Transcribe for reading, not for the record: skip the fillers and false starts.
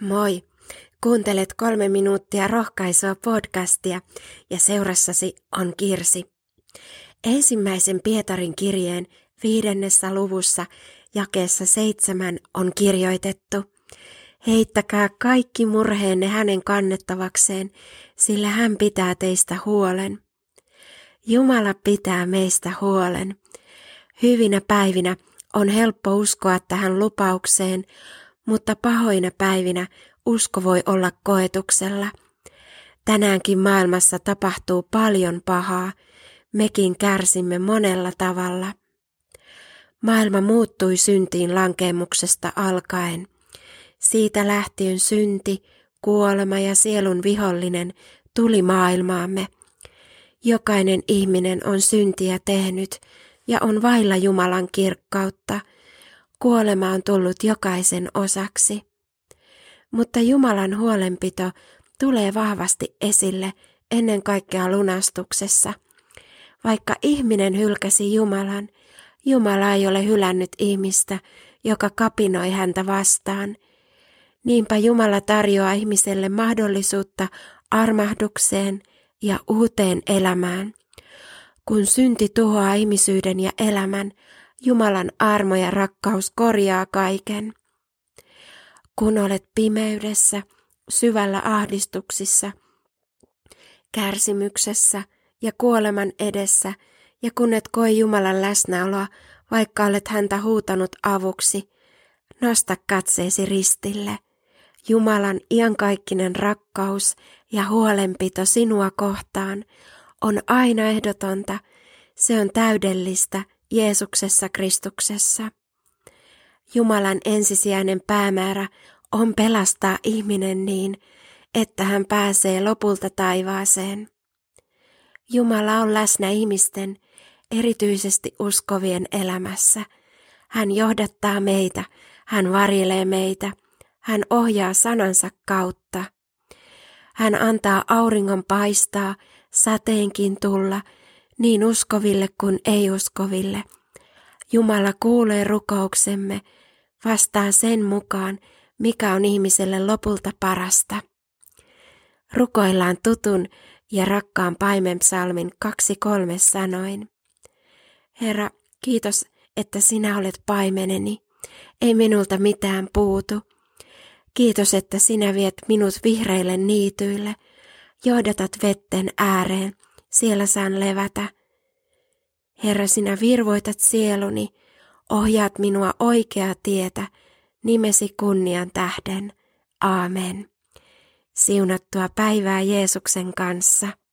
Moi! Kuuntelet 3 minuuttia rohkaisua podcastia ja seurassasi on Kirsi. Ensimmäisen Pietarin kirjeen 5. luvussa jakeessa 7 on kirjoitettu: Heittäkää kaikki murheenne hänen kannettavakseen, sillä hän pitää teistä huolen. Jumala pitää meistä huolen. Hyvinä päivinä on helppo uskoa tähän lupaukseen, mutta pahoina päivinä usko voi olla koetuksella. Tänäänkin maailmassa tapahtuu paljon pahaa. Mekin kärsimme monella tavalla. Maailma muuttui syntiin lankeemuksesta alkaen. Siitä lähtien synti, kuolema ja sielun vihollinen tuli maailmaamme. Jokainen ihminen on syntiä tehnyt ja on vailla Jumalan kirkkautta. Kuolema on tullut jokaisen osaksi. Mutta Jumalan huolenpito tulee vahvasti esille ennen kaikkea lunastuksessa. Vaikka ihminen hylkäsi Jumalan, Jumala ei ole hylännyt ihmistä, joka kapinoi häntä vastaan. Niinpä Jumala tarjoaa ihmiselle mahdollisuutta armahdukseen ja uuteen elämään. Kun synti tuhoaa ihmisyyden ja elämän, Jumalan armo ja rakkaus korjaa kaiken. Kun olet pimeydessä, syvällä ahdistuksissa, kärsimyksessä ja kuoleman edessä, ja kun et koe Jumalan läsnäoloa, vaikka olet häntä huutanut avuksi, nosta katseesi ristille. Jumalan iankaikkinen rakkaus ja huolenpito sinua kohtaan on aina ehdotonta. Se on täydellistä Jeesuksessa Kristuksessa. Jumalan ensisijainen päämäärä on pelastaa ihminen niin, että hän pääsee lopulta taivaaseen. Jumala on läsnä ihmisten, erityisesti uskovien elämässä. Hän johdattaa meitä, hän varjelee meitä, hän ohjaa sanansa kautta. Hän antaa auringon paistaa, sateenkin tulla, niin uskoville kuin ei-uskoville. Jumala kuulee rukouksemme, vastaa sen mukaan, mikä on ihmiselle lopulta parasta. Rukoillaan tutun ja rakkaan paimenpsalmin 2:3 sanoin. Herra, kiitos, että sinä olet paimeneni. Ei minulta mitään puutu. Kiitos, että sinä viet minut vihreille niityille. Johdatat vetten ääreen, siellä saan levätä. Herra, sinä virvoitat sieluni, ohjaat minua oikeaa tietä, nimesi kunnian tähden. Aamen. Siunattua päivää Jeesuksen kanssa.